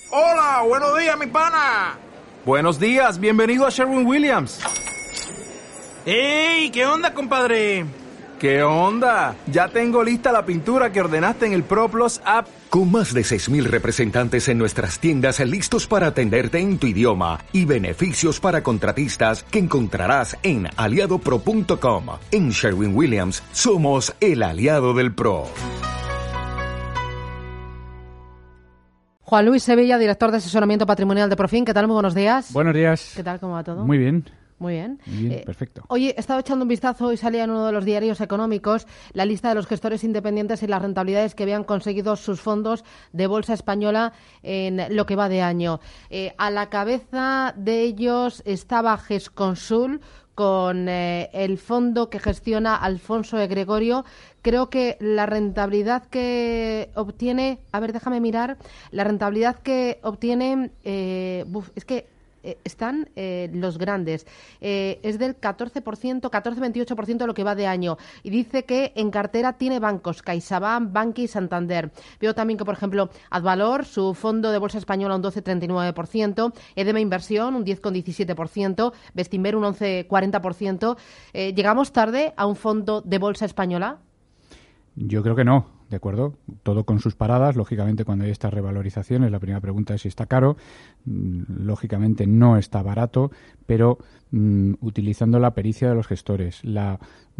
Hola, buenos días, mi pana. Buenos días, bienvenido a Sherwin-Williams. ¡Ey! ¿Qué onda, compadre? ¿Qué onda? Ya tengo lista la pintura que ordenaste en el ProPlus app. Con más de 6,000 representantes en nuestras tiendas listos para atenderte en tu idioma y beneficios para contratistas que encontrarás en aliadopro.com. En Sherwin-Williams somos el aliado del pro. Juan Luis Sevilla, director de asesoramiento patrimonial de Profin. ¿Qué tal? Muy buenos días. Buenos días. ¿Qué tal? ¿Cómo va todo? Muy bien. Muy bien. Perfecto. Oye, he estado echando un vistazo y salía en uno de los diarios económicos la lista de los gestores independientes y las rentabilidades que habían conseguido sus fondos de bolsa española en lo que va de año. A la cabeza de ellos estaba GESConsul, con el fondo que gestiona Alfonso de Gregorio. Creo que la rentabilidad que obtiene... A ver, déjame mirar. La rentabilidad que obtiene... es que están los grandes. Es del 14%, 14-28% de lo que va de año. Y dice que en cartera tiene bancos, CaixaBank, Bankia y Santander. Veo también que, por ejemplo, Advalor, su fondo de bolsa española, un 12,39%, Edema Inversión, un 10,17%, Bestinver, un 11,40%. ¿Llegamos tarde a un fondo de bolsa española? Yo creo que no, ¿de acuerdo? Todo con sus paradas. Lógicamente, cuando hay estas revalorizaciones, la primera pregunta es si está caro. Lógicamente, no está barato, pero utilizando la pericia de los gestores, la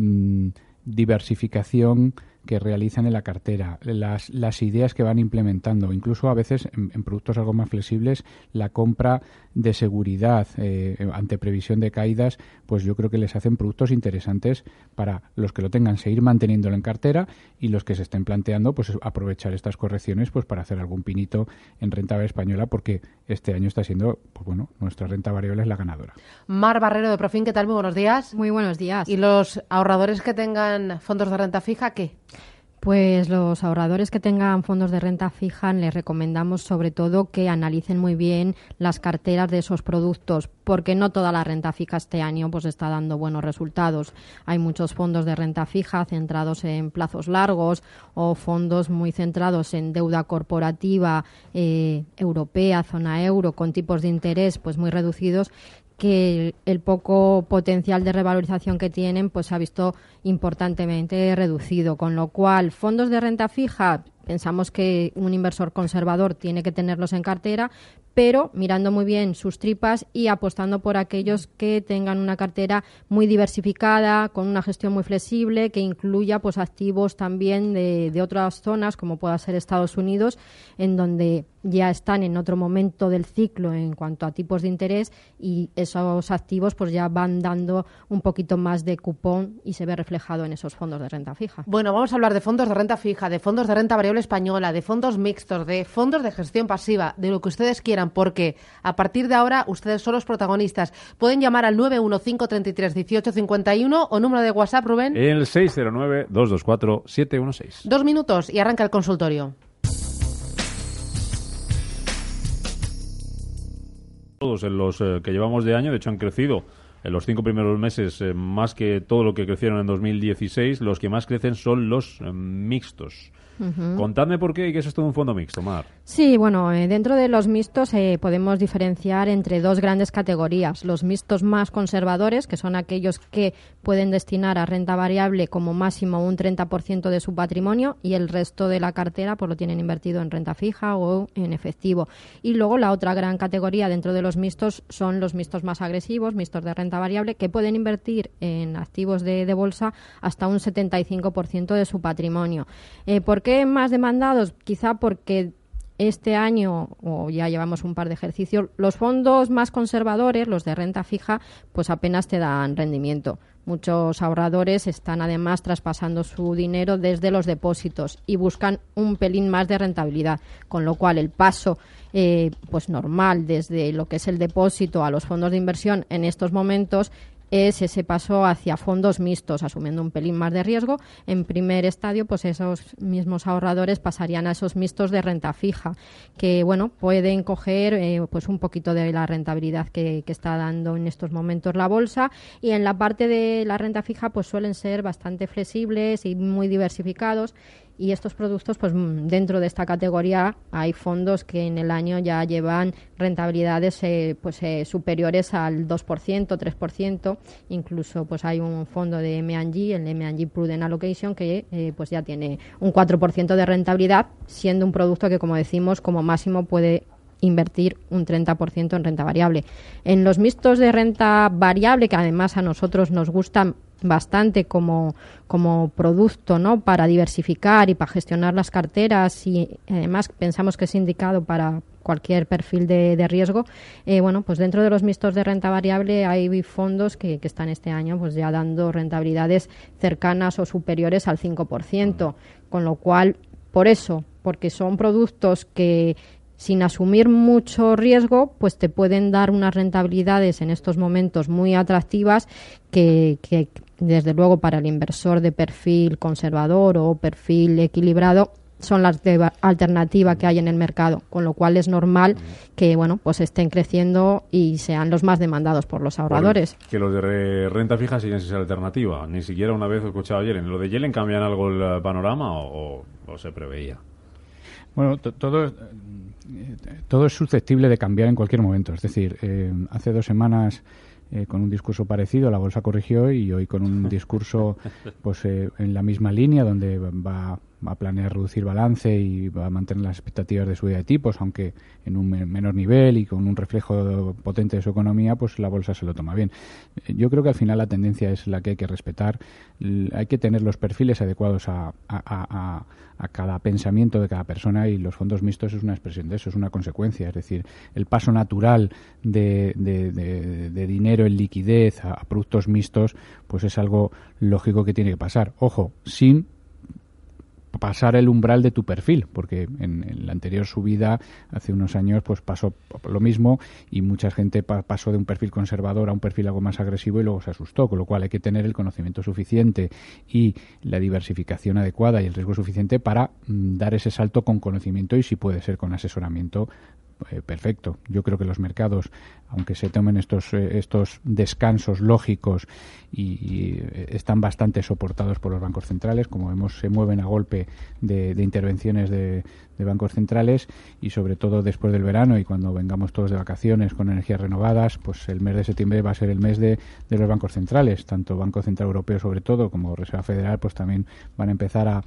diversificación que realizan en la cartera, las ideas que van implementando, incluso a veces en productos algo más flexibles, la compra de seguridad ante previsión de caídas, pues yo creo que les hacen productos interesantes para los que lo tengan, seguir manteniéndolo en cartera, y los que se estén planteando pues aprovechar estas correcciones pues para hacer algún pinito en renta española, porque este año está siendo, pues bueno, nuestra renta variable es la ganadora. Mar Barrero de Profin, ¿qué tal? Muy buenos días. Muy buenos días. ¿Y los ahorradores que tengan fondos de renta fija, qué? Pues los ahorradores que tengan fondos de renta fija les recomendamos sobre todo que analicen muy bien las carteras de esos productos, porque no toda la renta fija este año pues está dando buenos resultados. Hay muchos fondos de renta fija centrados en plazos largos o fondos muy centrados en deuda corporativa europea, zona euro, con tipos de interés pues muy reducidos, que el poco potencial de revalorización que tienen pues se ha visto importantemente reducido, con lo cual fondos de renta fija pensamos que un inversor conservador tiene que tenerlos en cartera, pero mirando muy bien sus tripas y apostando por aquellos que tengan una cartera muy diversificada, con una gestión muy flexible, que incluya pues activos también de otras zonas, como pueda ser Estados Unidos, en donde ya están en otro momento del ciclo en cuanto a tipos de interés, y esos activos pues ya van dando un poquito más de cupón y se ve reflejado en esos fondos de renta fija. Bueno, vamos a hablar de fondos de renta fija, de fondos de renta variable española, de fondos mixtos, de fondos de gestión pasiva, de lo que ustedes quieran, porque a partir de ahora ustedes son los protagonistas. Pueden llamar al 915331851 o número de WhatsApp, Rubén. El 609-224-716. 2 minutos y arranca el consultorio. Todos en los que llevamos de año, de hecho han crecido en los 5 primeros meses más que todo lo que crecieron en 2016. Los que más crecen son los mixtos. Contadme por qué y qué es esto de un fondo mixto, Mar. Sí, bueno, dentro de los mixtos podemos diferenciar entre dos grandes categorías. Los mixtos más conservadores, que son aquellos que pueden destinar a renta variable como máximo un 30% de su patrimonio, y el resto de la cartera pues lo tienen invertido en renta fija o en efectivo. Y luego la otra gran categoría dentro de los mixtos son los mixtos más agresivos, mixtos de renta variable, que pueden invertir en activos de bolsa hasta un 75% de su patrimonio. ¿Por qué más demandados? Quizá porque este año, o ya llevamos un par de ejercicios, los fondos más conservadores, los de renta fija, pues apenas te dan rendimiento. Muchos ahorradores están además traspasando su dinero desde los depósitos y buscan un pelín más de rentabilidad, con lo cual el paso pues normal desde lo que es el depósito a los fondos de inversión en estos momentos es ese paso hacia fondos mixtos, asumiendo un pelín más de riesgo. En primer estadio, pues esos mismos ahorradores pasarían a esos mixtos de renta fija, que bueno, pueden coger pues un poquito de la rentabilidad que está dando en estos momentos la bolsa, y en la parte de la renta fija pues suelen ser bastante flexibles y muy diversificados. Y estos productos, pues dentro de esta categoría hay fondos que en el año ya llevan rentabilidades superiores al 2%, 3%. Incluso pues hay un fondo de M&G, el M&G Prudent Allocation, que pues ya tiene un 4% de rentabilidad, siendo un producto que, como decimos, como máximo puede invertir un 30% en renta variable. En los mixtos de renta variable, que además a nosotros nos gustan bastante como producto, ¿no?, para diversificar y para gestionar las carteras, y además pensamos que es indicado para cualquier perfil de riesgo, pues dentro de los mixtos de renta variable hay fondos que están este año pues ya dando rentabilidades cercanas o superiores al 5%, con lo cual, porque son productos que sin asumir mucho riesgo, pues te pueden dar unas rentabilidades en estos momentos muy atractivas que desde luego para el inversor de perfil conservador o perfil equilibrado son las de alternativa que hay en el mercado, con lo cual es normal que pues estén creciendo y sean los más demandados por los ahorradores. Que los de renta fija siguen sin ser alternativa. Ni siquiera una vez he escuchado a Yellen. ¿Lo de Yellen cambian algo el panorama o se preveía? Bueno, todo es susceptible de cambiar en cualquier momento. Es decir, hace 2 semanas con un discurso parecido la bolsa corrigió, y hoy con un discurso pues en la misma línea, donde va a planear reducir balance y va a mantener las expectativas de subida de tipos, aunque en un menor nivel y con un reflejo potente de su economía, pues la bolsa se lo toma bien. Yo creo que al final la tendencia es la que hay que respetar. Hay que tener los perfiles adecuados a cada pensamiento de cada persona, y los fondos mixtos es una expresión de eso, es una consecuencia. Es decir, el paso natural de dinero en liquidez a productos mixtos, pues es algo lógico que tiene que pasar. Ojo, sin pasar el umbral de tu perfil, porque en la anterior subida hace unos años pues pasó lo mismo, y mucha gente pasó de un perfil conservador a un perfil algo más agresivo y luego se asustó, con lo cual hay que tener el conocimiento suficiente y la diversificación adecuada y el riesgo suficiente para dar ese salto con conocimiento, y si puede ser con asesoramiento, perfecto. Yo creo que los mercados, aunque se tomen estos descansos lógicos y están bastante soportados por los bancos centrales, como vemos, se mueven a golpe de intervenciones de bancos centrales, y sobre todo después del verano y cuando vengamos todos de vacaciones con energías renovadas, pues el mes de septiembre va a ser el mes de los bancos centrales, tanto Banco Central Europeo sobre todo como Reserva Federal, pues también van a empezar a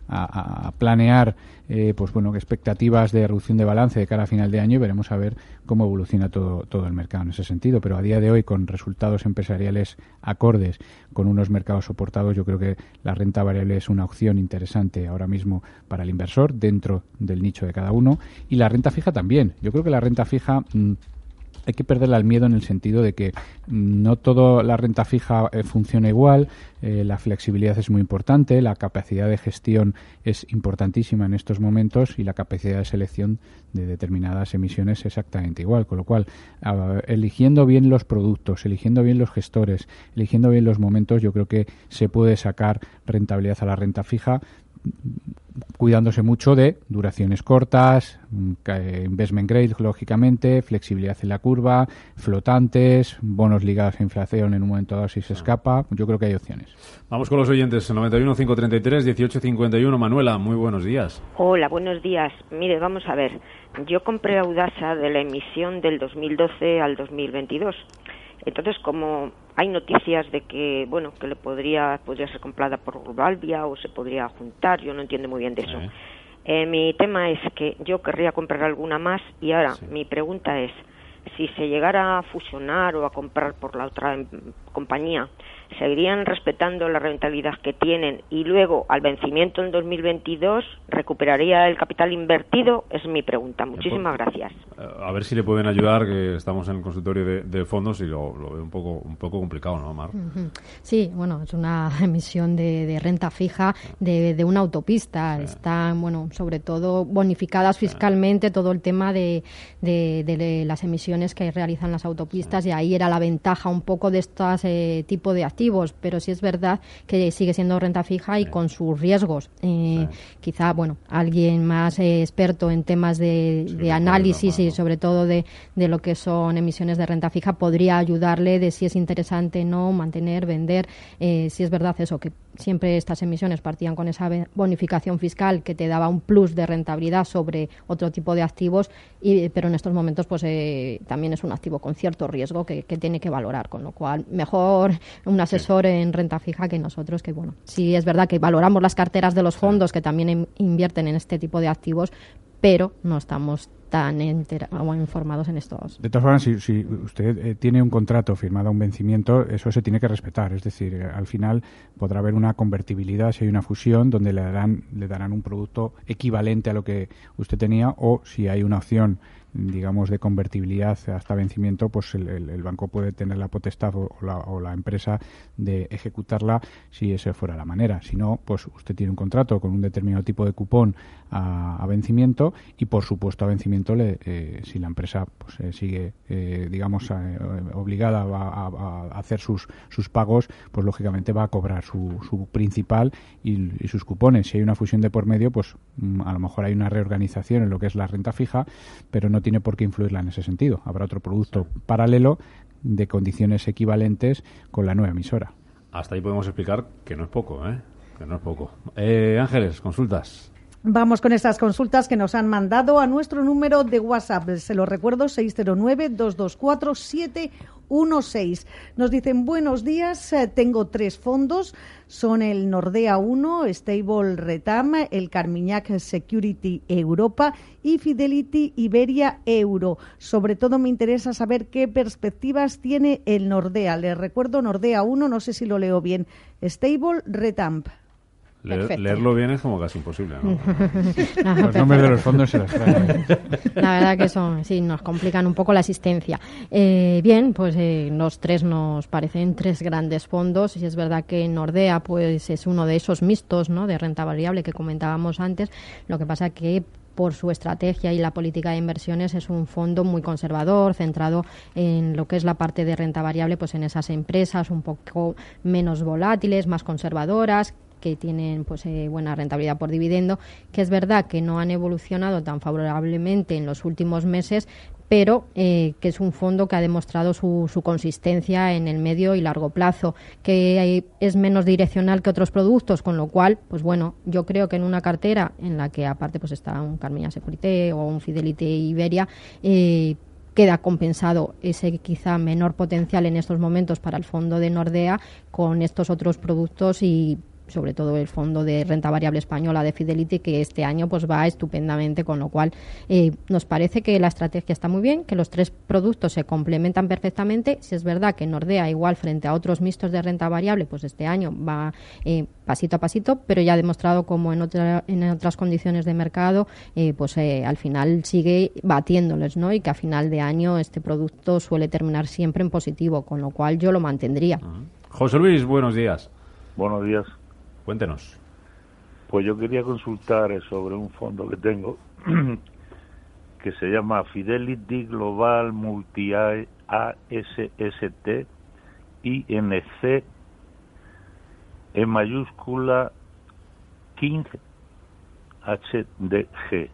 planear expectativas de reducción de balance de cara a final de año, y veremos a ver cómo evoluciona todo el mercado en ese sentido. Pero a día de hoy, con resultados empresariales acordes, con unos mercados soportados, yo creo que la renta variable es una opción interesante ahora mismo para el inversor dentro del nicho de cada uno, y la renta fija también. Yo creo que la renta fija hay que perderle al miedo, en el sentido de que no toda la renta fija funciona igual. La flexibilidad es muy importante, la capacidad de gestión es importantísima en estos momentos, y la capacidad de selección de determinadas emisiones es exactamente igual, con lo cual eligiendo bien los productos, eligiendo bien los gestores, eligiendo bien los momentos, yo creo que se puede sacar rentabilidad a la renta fija, cuidándose mucho de duraciones cortas, investment grade, lógicamente, flexibilidad en la curva, flotantes, bonos ligados a inflación en un momento dado si se escapa. Yo creo que hay opciones. Vamos con los oyentes. 91 533 1851. Manuela, muy buenos días. Hola, buenos días. Mire, vamos a ver. Yo compré Audasa de la emisión del 2012 al 2022. Entonces, como hay noticias de que, que le podría ser comprada por Urbalvia o se podría juntar, yo no entiendo muy bien de eso. Mi tema es que yo querría comprar alguna más, y ahora mi pregunta es, si se llegara a fusionar o a comprar por la otra compañía, ¿seguirían respetando la rentabilidad que tienen y luego al vencimiento en 2022 recuperaría el capital invertido? Es mi pregunta. Muchísimas gracias. A ver si le pueden ayudar, que estamos en el consultorio de fondos y lo veo un poco complicado, ¿no, Mar? Sí, es una emisión de renta fija de una autopista. Están, sobre todo bonificadas fiscalmente todo el tema de las emisiones que realizan las autopistas, y ahí era la ventaja un poco de este tipo de activos, pero sí es verdad que sigue siendo renta fija y con sus riesgos. Quizá, alguien más experto en temas de análisis y sobre todo de lo que son emisiones de renta fija podría ayudarle de si es interesante no mantener, vender. Si es verdad eso, que siempre estas emisiones partían con esa bonificación fiscal que te daba un plus de rentabilidad sobre otro tipo de activos, pero en estos momentos pues también es un activo con cierto riesgo que tiene que valorar, con lo cual mejor un asesor en renta fija que nosotros, que bueno, sí es verdad que valoramos las carteras de los fondos que también invierten en este tipo de activos, pero no estamos tan informados en estos. De todas formas, si usted tiene un contrato firmado a un vencimiento, eso se tiene que respetar. Es decir, al final podrá haber una convertibilidad si hay una fusión donde le darán un producto equivalente a lo que usted tenía, o si hay una opción, digamos, de convertibilidad hasta vencimiento, pues el banco puede tener la potestad o la empresa de ejecutarla si esa fuera la manera. Si no, pues usted tiene un contrato con un determinado tipo de cupón a vencimiento y, por supuesto, a vencimiento, si la empresa pues sigue, digamos, obligada a hacer sus pagos, pues lógicamente va a cobrar su principal y sus cupones. Si hay una fusión de por medio, pues a lo mejor hay una reorganización en lo que es la renta fija, pero no tiene por qué influirla en ese sentido. Habrá otro producto paralelo de condiciones equivalentes con la nueva emisora. Hasta ahí podemos explicar que no es poco, ¿eh? Que no es poco. Ángeles, consultas. Vamos con estas consultas que nos han mandado a nuestro número de WhatsApp. Se lo recuerdo, 609-224-716. Nos dicen, buenos días, tengo 3 fondos. Son el Nordea 1, Stable Retam, el Carmignac Security Europa y Fidelity Iberia Euro. Sobre todo me interesa saber qué perspectivas tiene el Nordea. Les recuerdo, Nordea 1, no sé si lo leo bien, Stable Retam. Leerlo bien es como casi imposible, ¿no? Los nombres de los fondos se los traen. La verdad que sí, nos complican un poco la asistencia. Bien, pues los 3 nos parecen 3 grandes fondos, y es verdad que Nordea pues es uno de esos mixtos, ¿no?, de renta variable que comentábamos antes. Lo que pasa que por su estrategia y la política de inversiones es un fondo muy conservador, centrado en lo que es la parte de renta variable, pues en esas empresas un poco menos volátiles, más conservadoras, que tienen pues buena rentabilidad por dividendo, que es verdad que no han evolucionado tan favorablemente en los últimos meses, pero que es un fondo que ha demostrado su consistencia en el medio y largo plazo, que es menos direccional que otros productos, con lo cual, pues bueno, yo creo que en una cartera en la que aparte pues está un Carmignac Security o un Fidelity Iberia, queda compensado ese quizá menor potencial en estos momentos para el fondo de Nordea con estos otros productos, y sobre todo el fondo de renta variable española de Fidelity, que este año pues va estupendamente, con lo cual nos parece que la estrategia está muy bien, que los 3 productos se complementan perfectamente. Si es verdad que Nordea, igual frente a otros mixtos de renta variable, pues este año va pasito a pasito, pero ya ha demostrado como en otras condiciones de mercado al final sigue batiéndoles, ¿no? Y que a final de año este producto suele terminar siempre en positivo, con lo cual yo lo mantendría. José Luis, buenos días. Buenos días. Cuéntenos. Pues yo quería consultar sobre un fondo que tengo que se llama Fidelity Global Multi ASST INC en mayúscula King HDG.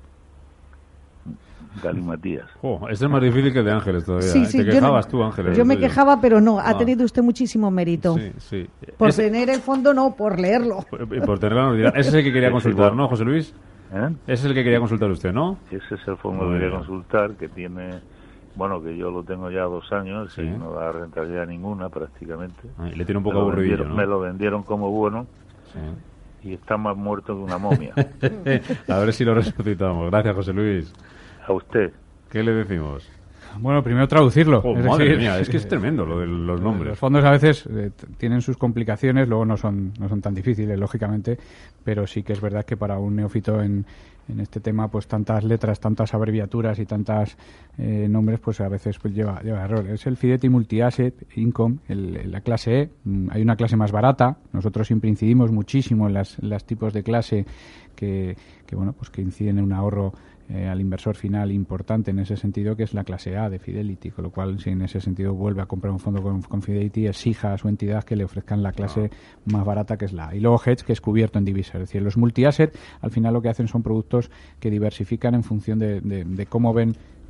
Gali Matías. Este es más difícil que el de Ángeles todavía. Sí, Te quejabas tú, Ángeles. Yo me quejaba, pero no, ha tenido usted muchísimo mérito. Sí. Por tener el fondo, no, por leerlo. Por tenerlo. Ese es el que quería consultar, ¿no, José Luis? Ese es el que quería consultar usted, ¿no? Ese es el fondo que quería consultar, que tiene, bueno, que yo lo tengo ya 2 años y no da rentabilidad ninguna prácticamente. Y le tiene un poco aburridillo, ¿no? Me lo vendieron como bueno. Sí. Y está más muerto que una momia. A ver si lo resucitamos. Gracias, José Luis. A usted. ¿Qué le decimos? Bueno, primero traducirlo. Madre mía, es que es tremendo lo de los nombres. Los fondos a veces tienen sus complicaciones, luego no son tan difíciles, lógicamente, pero sí que es verdad que para un neófito en este tema, pues tantas letras, tantas abreviaturas y tantos nombres, pues a veces pues lleva error. Es el Fidelity Multi-Asset Income, la clase E. Hay una clase más barata. Nosotros siempre incidimos muchísimo en las tipos de clase que bueno, pues que inciden en un ahorro al inversor final importante en ese sentido, que es la clase A de Fidelity, con lo cual si en ese sentido vuelve a comprar un fondo con Fidelity, exija a su entidad que le ofrezcan la clase más barata, que es la A. Y luego Hedge, que es cubierto en divisa. Es decir, los multi-asset al final lo que hacen son productos que diversifican en función de cómo ven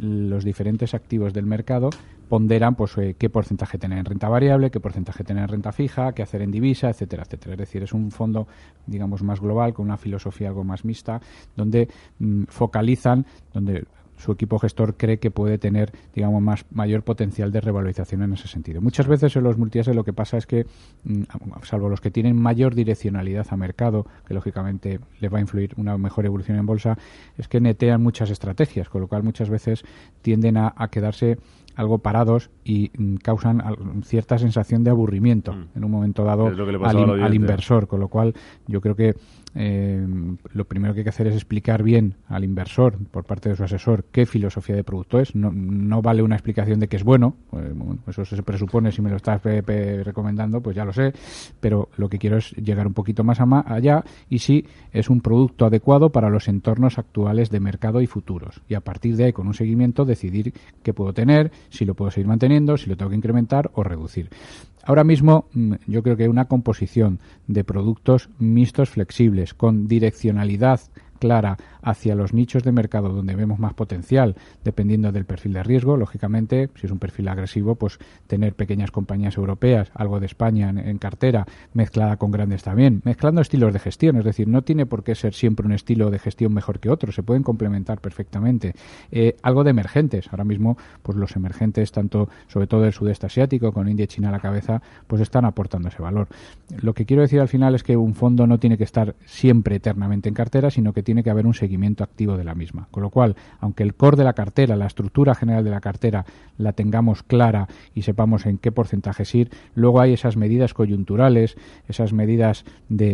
los diferentes activos del mercado ponderan pues qué porcentaje tener en renta variable, qué porcentaje tener en renta fija, qué hacer en divisa, etcétera, etcétera. Es decir, es un fondo, digamos, más global, con una filosofía algo más mixta, donde focalizan, donde su equipo gestor cree que puede tener, digamos, mayor potencial de revalorización en ese sentido. Muchas veces en los multiasset lo que pasa es que, salvo los que tienen mayor direccionalidad a mercado, que lógicamente les va a influir una mejor evolución en bolsa, es que netean muchas estrategias, con lo cual muchas veces tienden a quedarse algo parados y causan cierta sensación de aburrimiento en un momento dado al inversor, con lo cual yo creo que lo primero que hay que hacer es explicar bien al inversor por parte de su asesor qué filosofía de producto es. No vale una explicación de que es bueno, pues eso se presupone, si me lo estás recomendando, pues ya lo sé, pero lo que quiero es llegar un poquito más allá y si es un producto adecuado para los entornos actuales de mercado y futuros, y a partir de ahí, con un seguimiento, decidir qué puedo tener, si lo puedo seguir manteniendo, si lo tengo que incrementar o reducir. Ahora mismo yo creo que hay una composición de productos mixtos flexibles con direccionalidad clara hacia los nichos de mercado donde vemos más potencial, dependiendo del perfil de riesgo. Lógicamente, si es un perfil agresivo, pues tener pequeñas compañías europeas, algo de España en cartera, mezclada con grandes también, mezclando estilos de gestión, es decir, no tiene por qué ser siempre un estilo de gestión mejor que otro, se pueden complementar perfectamente. Algo de emergentes, ahora mismo, pues los emergentes, tanto sobre todo del sudeste asiático, con India y China a la cabeza, pues están aportando ese valor. Lo que quiero decir al final es que un fondo no tiene que estar siempre eternamente en cartera, sino que tiene que haber un seguimiento activo de la misma. Con lo cual, aunque el core de la cartera, la estructura general de la cartera, la tengamos clara y sepamos en qué porcentajes ir, luego hay esas medidas coyunturales, esas medidas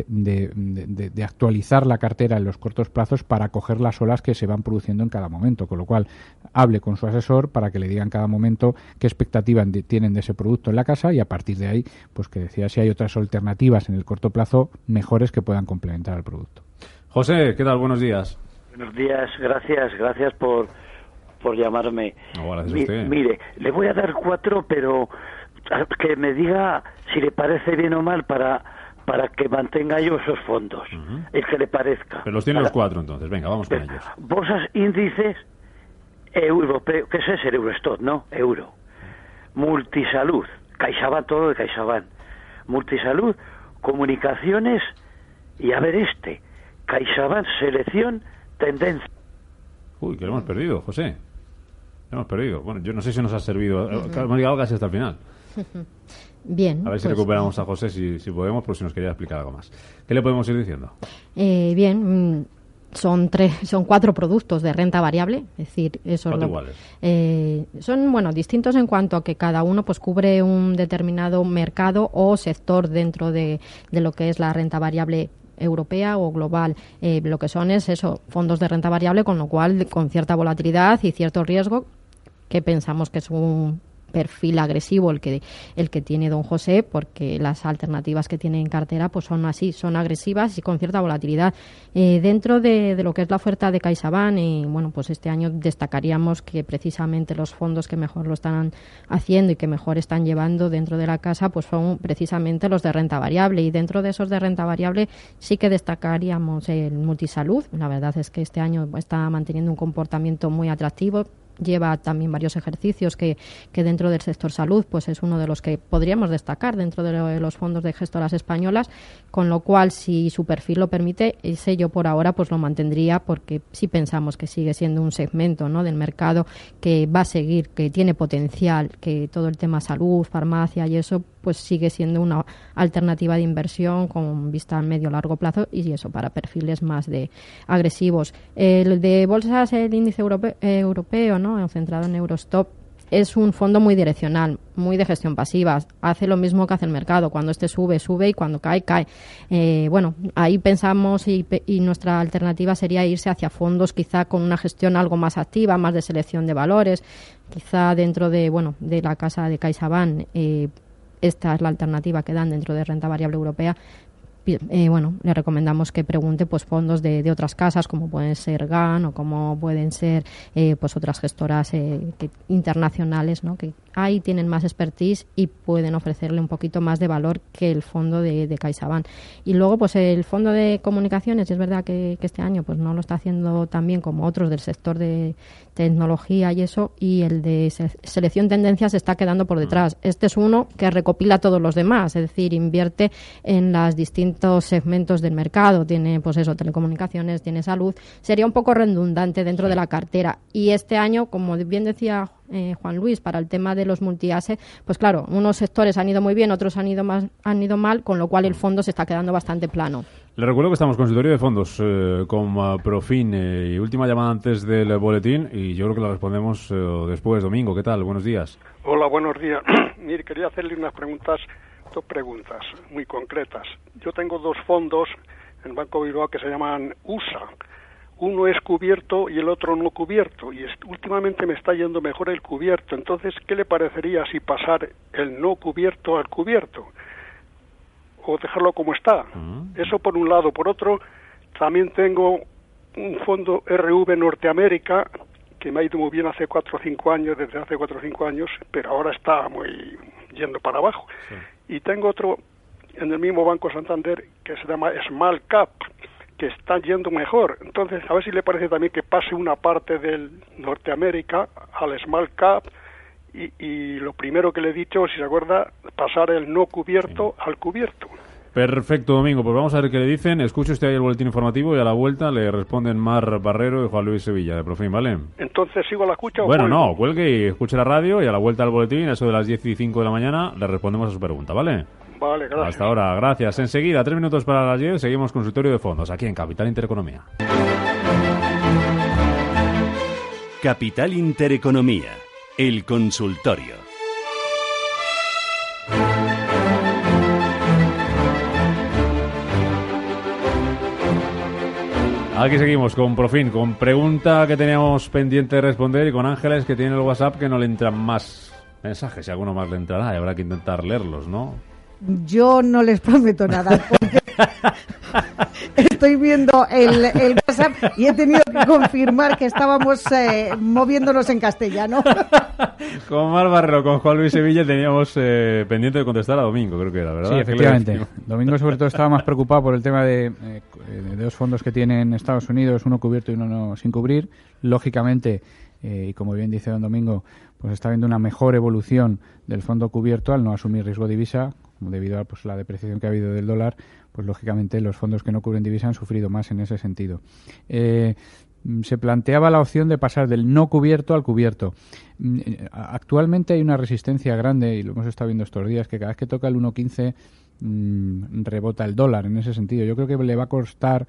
de actualizar la cartera en los cortos plazos para coger las olas que se van produciendo en cada momento. Con lo cual, hable con su asesor para que le diga en cada momento qué expectativa tienen de ese producto en la casa y a partir de ahí, pues que decida si hay otras alternativas en el corto plazo mejores que puedan complementar al producto. José, ¿qué tal? Buenos días. Buenos días, gracias por llamarme. No, gracias a usted. Mire, le voy a dar 4, pero que me diga si le parece bien o mal para que mantenga yo esos fondos, el que le parezca. Pero los tiene los 4 entonces, venga, vamos con ellos. Bolsas, índices, europeo, ¿qué es ese? El Eurostock, ¿no? Euro. Multisalud, CaixaBank, todo de CaixaBank. Multisalud, comunicaciones y a ver CaixaBank, selección, tendencia. Uy, que lo hemos perdido, José. Lo hemos perdido. Bueno, yo no sé si nos ha servido. Hemos llegado casi hasta el final. Bien. A ver si recuperamos a José, si podemos, por si nos quería explicar algo más. ¿Qué le podemos ir diciendo? Bien, son 4 productos de renta variable, es decir, son distintos en cuanto a que cada uno pues cubre un determinado mercado o sector dentro de lo que es la renta variable europea o global. Lo que son es fondos de renta variable, con lo cual con cierta volatilidad y cierto riesgo, que pensamos que es un perfil agresivo el que tiene don José, porque las alternativas que tiene en cartera pues son así, son agresivas y con cierta volatilidad. Dentro de lo que es la oferta de CaixaBank, pues este año destacaríamos que precisamente los fondos que mejor lo están haciendo y que mejor están llevando dentro de la casa pues son precisamente los de renta variable, y dentro de esos de renta variable sí que destacaríamos el Multisalud. La verdad es que este año está manteniendo un comportamiento muy atractivo. Lleva también varios ejercicios que dentro del sector salud pues es uno de los que podríamos destacar dentro de los fondos de gestoras españolas, con lo cual, si su perfil lo permite, ese yo por ahora pues lo mantendría, porque sí pensamos que sigue siendo un segmento, ¿no?, del mercado que va a seguir, que tiene potencial, que todo el tema salud, farmacia y eso pues sigue siendo una alternativa de inversión con vista a medio largo plazo, y eso para perfiles más de agresivos. El de bolsas, el índice europeo, ¿no?, centrado en Eurostock, es un fondo muy direccional, muy de gestión pasiva. Hace lo mismo que hace el mercado. Cuando sube, sube, y cuando cae, cae. Ahí pensamos y nuestra alternativa sería irse hacia fondos quizá con una gestión algo más activa, más de selección de valores. Quizá dentro de la casa de CaixaBank, esta es la alternativa que dan dentro de renta variable europea. le recomendamos que pregunte pues fondos de otras casas, como pueden ser GAN o como pueden ser pues otras gestoras internacionales, ¿no? Que ahí tienen más expertise y pueden ofrecerle un poquito más de valor que el fondo de CaixaBank. Y luego pues el fondo de comunicaciones, es verdad que este año pues no lo está haciendo tan bien como otros del sector de tecnología y eso, y el de selección tendencias se está quedando por detrás. Este es uno que recopila todos los demás, es decir, invierte en los distintos segmentos del mercado, tiene pues eso, telecomunicaciones, tiene salud, sería un poco redundante dentro de la cartera. Y este año, como bien decía Juan Luis, para el tema de los multi-asset, pues claro, unos sectores han ido muy bien, otros han ido mal, con lo cual el fondo se está quedando bastante plano. Le recuerdo que estamos en consultorio de fondos con Profin y última llamada antes del boletín, y yo creo que la respondemos después. Domingo, ¿qué tal? Buenos días. Hola, buenos días. Mire, quería hacerle dos preguntas muy concretas. Yo tengo dos fondos en Banco Bilbao que se llaman USA. Uno es cubierto y el otro no cubierto, y últimamente me está yendo mejor el cubierto. Entonces, ¿qué le parecería si pasar el no cubierto al cubierto? O dejarlo como está. Eso por un lado. Por otro, también tengo un fondo RV Norteamérica que me ha ido muy bien desde hace 4 o 5 años, pero ahora está muy yendo para abajo. Sí. Y tengo otro en el mismo Banco Santander que se llama Small Cap, que está yendo mejor. Entonces, a ver si le parece también que pase una parte del Norteamérica al Small Cap, y lo primero que le he dicho, si se acuerda, pasar el no cubierto al cubierto. Perfecto, Domingo. Pues vamos a ver qué le dicen. Escuche usted ahí el boletín informativo y a la vuelta le responden Mar Barrero y Juan Luis Sevilla, de Profim, ¿vale? Entonces, ¿sigo la escucha o bueno, cuelgo? No, cuelgue y escuche la radio, y a la vuelta al boletín, eso de las 10:05 de la mañana, le respondemos a su pregunta, ¿vale? Vale, gracias. Hasta ahora, gracias. Enseguida, 3 minutos para las 10, seguimos consultorio de fondos, aquí en Capital Intereconomía. Capital Intereconomía, el consultorio. Aquí seguimos con Profin, con pregunta que teníamos pendiente de responder, y con Ángeles, que tiene el WhatsApp que no le entran más mensajes. Si alguno más le entrará, y habrá que intentar leerlos, ¿no? Yo no les prometo nada, porque estoy viendo el WhatsApp y he tenido que confirmar que estábamos moviéndonos en castellano. Con Mar Barrero, con Juan Luis Sevilla teníamos pendiente de contestar a Domingo, creo que era, ¿verdad? Sí, efectivamente. Domingo sobre todo estaba más preocupado por el tema de dos fondos que tiene en Estados Unidos, uno cubierto y uno sin cubrir. Lógicamente, y como bien dice don Domingo, pues está viendo una mejor evolución del fondo cubierto al no asumir riesgo divisa, debido a pues la depreciación que ha habido del dólar. Pues lógicamente los fondos que no cubren divisa han sufrido más en ese sentido. Se planteaba la opción de pasar del no cubierto al cubierto. Actualmente hay una resistencia grande, y lo hemos estado viendo estos días, que cada vez que toca el 1.15 rebota el dólar en ese sentido. Yo creo que le va a costar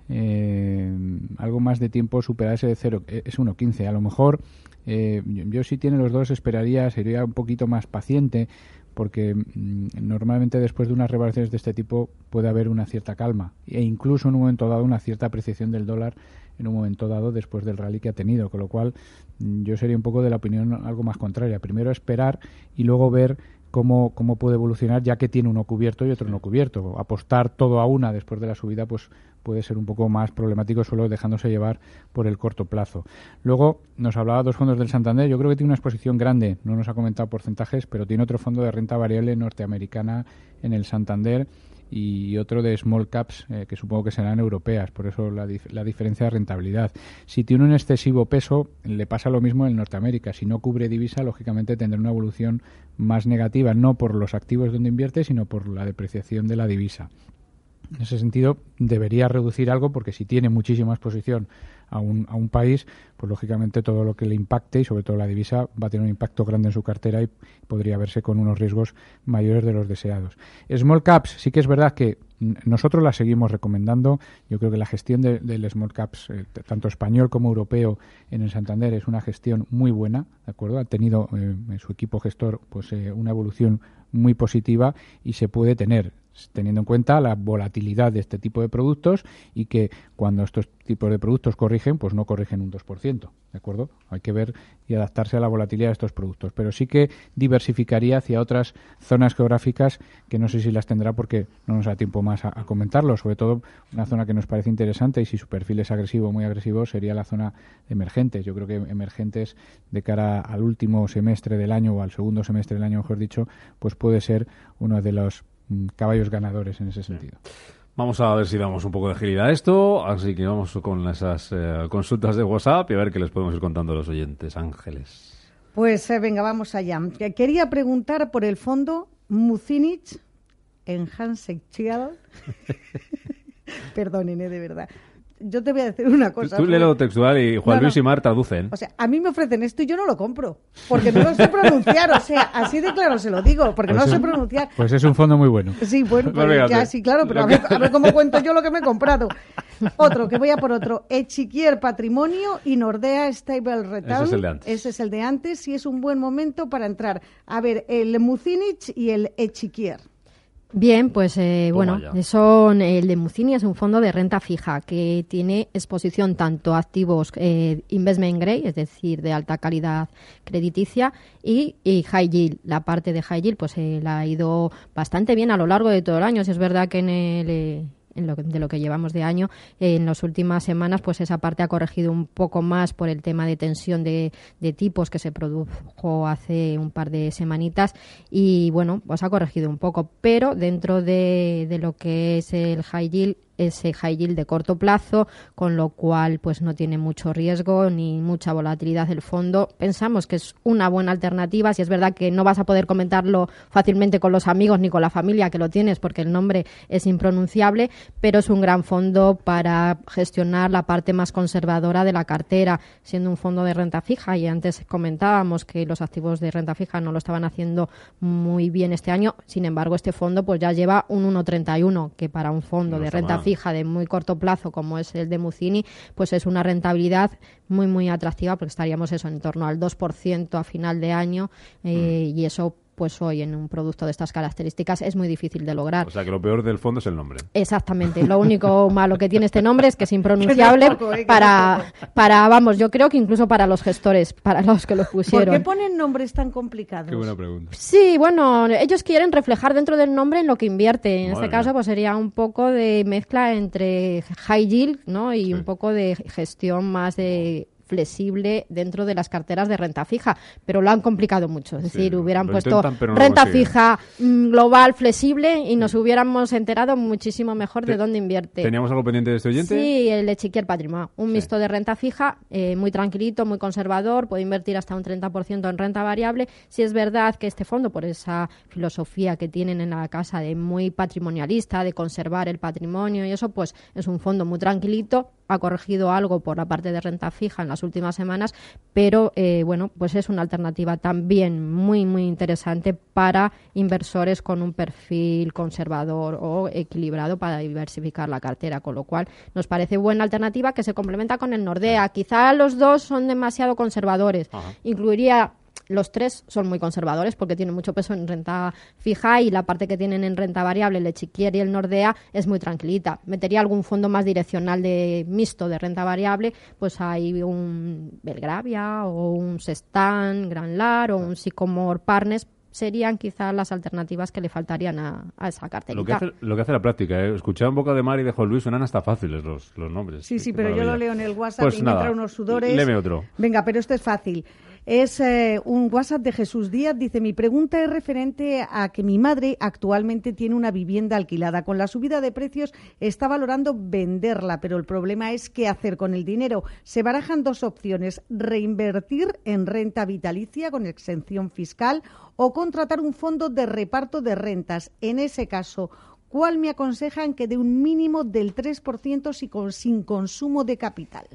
algo más de tiempo superar ese 1.15. A lo mejor yo si tiene los dos esperaría, sería un poquito más paciente, porque normalmente después de unas revaloraciones de este tipo puede haber una cierta calma, e incluso en un momento dado una cierta apreciación del dólar en un momento dado después del rally que ha tenido, con lo cual yo sería un poco de la opinión algo más contraria. Primero esperar y luego ver cómo puede evolucionar, ya que tiene uno cubierto y otro no cubierto. Apostar todo a una después de la subida pues puede ser un poco más problemático, solo dejándose llevar por el corto plazo. Luego nos hablaba dos fondos del Santander. Yo creo que tiene una exposición grande, no nos ha comentado porcentajes, pero tiene otro fondo de renta variable norteamericana en el Santander y otro de small caps que supongo que serán europeas, por eso la diferencia de rentabilidad. Si tiene un excesivo peso, le pasa lo mismo en Norteamérica. Si no cubre divisa, lógicamente tendrá una evolución más negativa, no por los activos donde invierte, sino por la depreciación de la divisa. En ese sentido, debería reducir algo, porque si tiene muchísima exposición a un país, pues lógicamente todo lo que le impacte, y sobre todo la divisa, va a tener un impacto grande en su cartera y podría verse con unos riesgos mayores de los deseados. Small caps, sí que es verdad que nosotros la seguimos recomendando. Yo creo que la gestión del small caps, tanto español como europeo, en el Santander es una gestión muy buena, ¿de acuerdo? Ha tenido en su equipo gestor pues una evolución muy positiva y se puede tener. teniendo en cuenta la volatilidad de este tipo de productos y que cuando estos tipos de productos corrigen, pues no corrigen un 2%, ¿de acuerdo? Hay que ver y adaptarse a la volatilidad de estos productos, pero sí que diversificaría hacia otras zonas geográficas que no sé si las tendrá porque no nos da tiempo más a comentarlo, sobre todo una zona que nos parece interesante y si su perfil es agresivo, muy agresivo, sería la zona de emergentes. Yo creo que emergentes de cara al último semestre del año o al segundo semestre del año, mejor dicho, pues puede ser uno de los caballos ganadores en ese sentido. Vamos a ver si damos un poco de agilidad a esto, así que vamos con esas consultas de WhatsApp y a ver qué les podemos ir contando a los oyentes. Ángeles. Pues venga, vamos allá. Quería preguntar por el fondo Muzinich Enhanced Shield. Perdonen, de verdad. Yo te voy a decir una cosa. Tú léelo textual y Juan Luis y Mar traducen. O sea, a mí me ofrecen esto y yo no lo compro, porque no lo sé pronunciar. O sea, así de claro se lo digo, porque pues no lo sé pronunciar. Pues es un fondo muy bueno. Sí, bueno, pues ya sí, claro, pero a ver cómo cuento yo lo que me he comprado. Otro, que voy a por otro. Echiquier Patrimonio y Nordea Stable Return. Ese es el de antes. Ese es el de antes y es un buen momento para entrar. A ver, el Muzinich y el Echiquier. Bien, pues bueno, el de Mucini es un fondo de renta fija que tiene exposición tanto a activos investment grade, es decir, de alta calidad crediticia, y high yield. La parte de high yield pues la ha ido bastante bien a lo largo de todo el año. Si es verdad que de lo que llevamos de año, en las últimas semanas pues esa parte ha corregido un poco más por el tema de tensión de tipos que se produjo hace un par de semanitas y bueno, pues ha corregido un poco, pero dentro de lo que es el high yield, ese high yield de corto plazo, con lo cual pues no tiene mucho riesgo ni mucha volatilidad del fondo. Pensamos que es una buena alternativa. Si es verdad que no vas a poder comentarlo fácilmente con los amigos ni con la familia que lo tienes porque el nombre es impronunciable, pero es un gran fondo para gestionar la parte más conservadora de la cartera, siendo un fondo de renta fija, y antes comentábamos que los activos de renta fija no lo estaban haciendo muy bien este año. Sin embargo, este fondo pues ya lleva un 1,31, que para un fondo de renta fija de muy corto plazo como es el de Mucini, pues es una rentabilidad muy muy atractiva, porque estaríamos eso en torno al 2% a final de año y eso pues hoy en un producto de estas características es muy difícil de lograr. O sea que lo peor del fondo es el nombre. Exactamente. Lo único malo que tiene este nombre es que es impronunciable vamos, yo creo que incluso para los gestores, para los que lo pusieron. ¿Por qué ponen nombres tan complicados? Qué buena pregunta. Sí, bueno, ellos quieren reflejar dentro del nombre en lo que invierte. En este caso pues sería un poco de mezcla entre high yield, ¿no? Y un poco de gestión más de flexible dentro de las carteras de renta fija, pero lo han complicado mucho. Es decir, hubieran puesto renta fija global flexible y nos hubiéramos enterado muchísimo mejor de dónde invierte. ¿Teníamos algo pendiente de este oyente? Sí, el Echiquier Patrimonio, un mixto de renta fija, muy tranquilito, muy conservador, puede invertir hasta un 30% en renta variable. Si es verdad que este fondo, por esa filosofía que tienen en la casa de muy patrimonialista, de conservar el patrimonio y eso, pues es un fondo muy tranquilito, ha corregido algo por la parte de renta fija en las últimas semanas, pero bueno, pues es una alternativa también muy muy interesante para inversores con un perfil conservador o equilibrado para diversificar la cartera, con lo cual nos parece buena alternativa que se complementa con el Nordea. Quizá los dos son demasiado conservadores. Incluiría Los tres son muy conservadores porque tienen mucho peso en renta fija y la parte que tienen en renta variable, el Echiquier y el Nordea, es muy tranquilita. Metería algún fondo más direccional de mixto de renta variable, pues hay un Belgravia o un Sestan, Granlar o un Sycomore Partners. Serían quizás las alternativas que le faltarían a esa carterita. Lo que hace la práctica, escuchar en boca de Mar y de Juan Luis suenan hasta fáciles los nombres. Sí, pero yo lo leo en el WhatsApp pues y me entra unos sudores. Léeme otro. Venga, pero este es fácil. Es un WhatsApp de Jesús Díaz. Dice, mi pregunta es referente a que mi madre actualmente tiene una vivienda alquilada. Con la subida de precios está valorando venderla, pero el problema es qué hacer con el dinero. Se barajan dos opciones, reinvertir en renta vitalicia con exención fiscal o contratar un fondo de reparto de rentas. En ese caso, ¿cuál me aconsejan que dé un mínimo del 3% sin consumo de capital?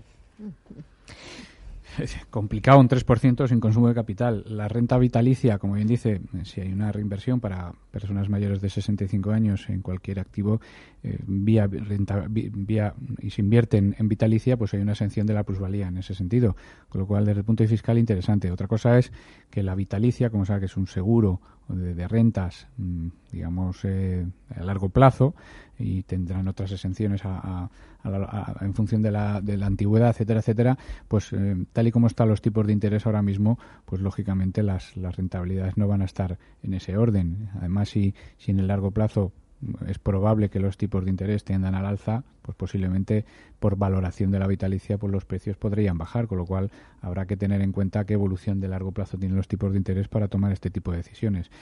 Es complicado un 3% sin consumo de capital. La renta vitalicia, como bien dice, si hay una reinversión para personas mayores de 65 años en cualquier activo, vía y se invierte en vitalicia, pues hay una exención de la plusvalía en ese sentido. Con lo cual, desde el punto de vista fiscal, interesante. Otra cosa es que la vitalicia, como sabe que es un seguro de rentas, digamos, a largo plazo, y tendrán otras exenciones en función de la antigüedad, etcétera, etcétera, pues tal y como están los tipos de interés ahora mismo, pues lógicamente las rentabilidades no van a estar en ese orden. Además, si en el largo plazo es probable que los tipos de interés tiendan al alza, pues posiblemente por valoración de la vitalicia pues los precios podrían bajar, con lo cual habrá que tener en cuenta qué evolución de largo plazo tienen los tipos de interés para tomar este tipo de decisiones.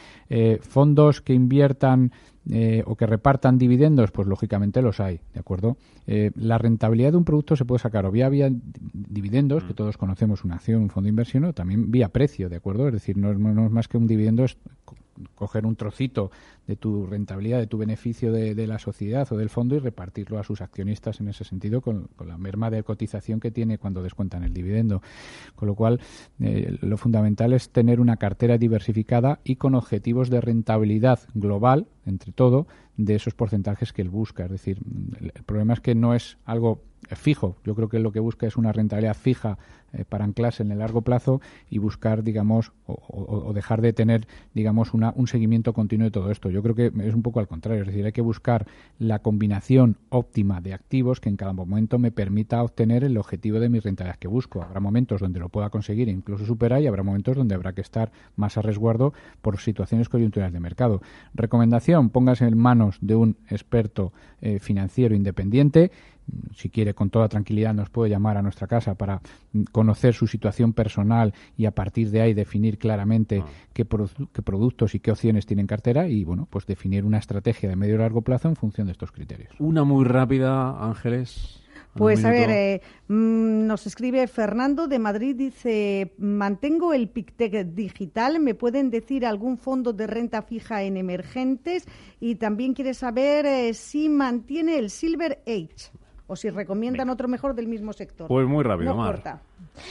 Fondos que inviertan o que repartan dividendos, pues lógicamente los hay, ¿de acuerdo? La rentabilidad de un producto se puede sacar o vía dividendos, que todos conocemos, una acción, un fondo de inversión, o también vía precio, ¿de acuerdo? Es decir, no es más que un dividendo, es coger un trocito de tu rentabilidad, de tu beneficio de la sociedad o del fondo y repartirlo a sus accionistas en ese sentido con la merma de cotización que tiene cuando descuentan el dividendo. Con lo cual, lo fundamental es tener una cartera diversificada y con objetivos de rentabilidad global, entre todo, de esos porcentajes que él busca. Es decir, el problema es que no es algo fijo. Yo creo que lo que busca es una rentabilidad fija para anclarse en el largo plazo y buscar, digamos, o dejar de tener, digamos, un seguimiento continuo de todo esto. Yo creo que es un poco al contrario. Es decir, hay que buscar la combinación óptima de activos que en cada momento me permita obtener el objetivo de mi rentabilidad que busco. Habrá momentos donde lo pueda conseguir e incluso superar, y habrá momentos donde habrá que estar más a resguardo por situaciones coyunturales de mercado. Recomendación: póngase en manos de un experto financiero independiente. Si quiere, con toda tranquilidad nos puede llamar a nuestra casa para conocer su situación personal y a partir de ahí definir claramente qué productos y qué opciones tiene en cartera y, bueno, pues definir una estrategia de medio y largo plazo en función de estos criterios. Una muy rápida, Ángeles. Pues a ver, nos escribe Fernando de Madrid, dice: mantengo el Pictet digital, ¿me pueden decir algún fondo de renta fija en emergentes? Y también quiere saber si mantiene el Silver Age o si recomiendan otro mejor del mismo sector. Pues muy rápido, no Mar. corta.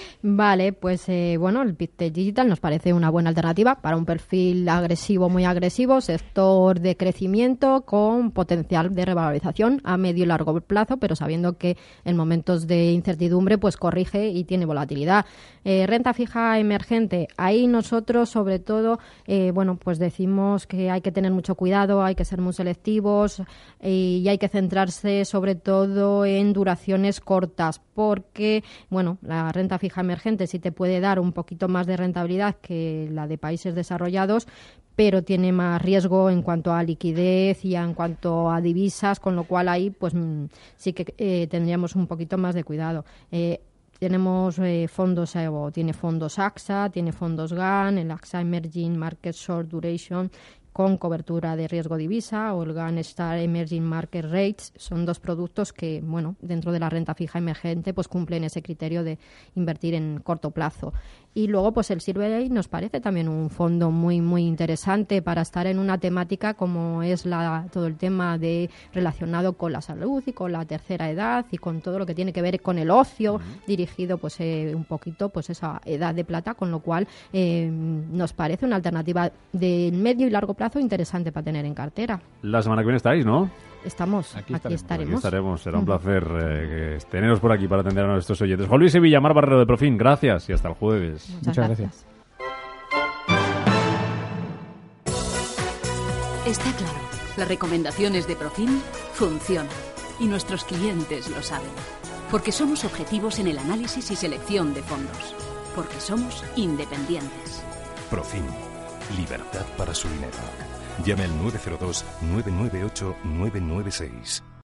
Vale, pues bueno, el Pictet Digital nos parece una buena alternativa para un perfil agresivo, muy agresivo, sector de crecimiento con potencial de revalorización a medio y largo plazo, pero sabiendo que en momentos de incertidumbre pues corrige y tiene volatilidad. Renta fija emergente, ahí nosotros sobre todo, bueno, pues decimos que hay que tener mucho cuidado, hay que ser muy selectivos y hay que centrarse sobre todo en duraciones cortas, porque, bueno, la renta fija emergente sí te puede dar un poquito más de rentabilidad que la de países desarrollados, pero tiene más riesgo en cuanto a liquidez y en cuanto a divisas, con lo cual ahí pues sí que tendríamos un poquito más de cuidado. Tenemos fondos, tiene fondos AXA, tiene fondos GAN, el AXA Emerging Market Short Duration con cobertura de riesgo divisa, o el GAN Star Emerging Market Rates. Son dos productos que, bueno, dentro de la renta fija emergente pues cumplen ese criterio de invertir en corto plazo. Y luego pues el Silver Age nos parece también un fondo muy muy interesante para estar en una temática como es todo el tema relacionado con la salud y con la tercera edad y con todo lo que tiene que ver con el ocio, dirigido pues un poquito pues esa edad de plata, con lo cual nos parece una alternativa de medio y largo plazo interesante para tener en cartera. La semana que viene estáis, ¿no? Aquí estaremos. Será un placer teneros por aquí para atender a nuestros oyentes. Juan Luis Sevilla, Mar Barrero de Profin, gracias y hasta el jueves. Muchas gracias. Está claro, las recomendaciones de Profin funcionan y nuestros clientes lo saben. Porque somos objetivos en el análisis y selección de fondos. Porque somos independientes. Profin. Libertad para su dinero. Llame al 902-998-996.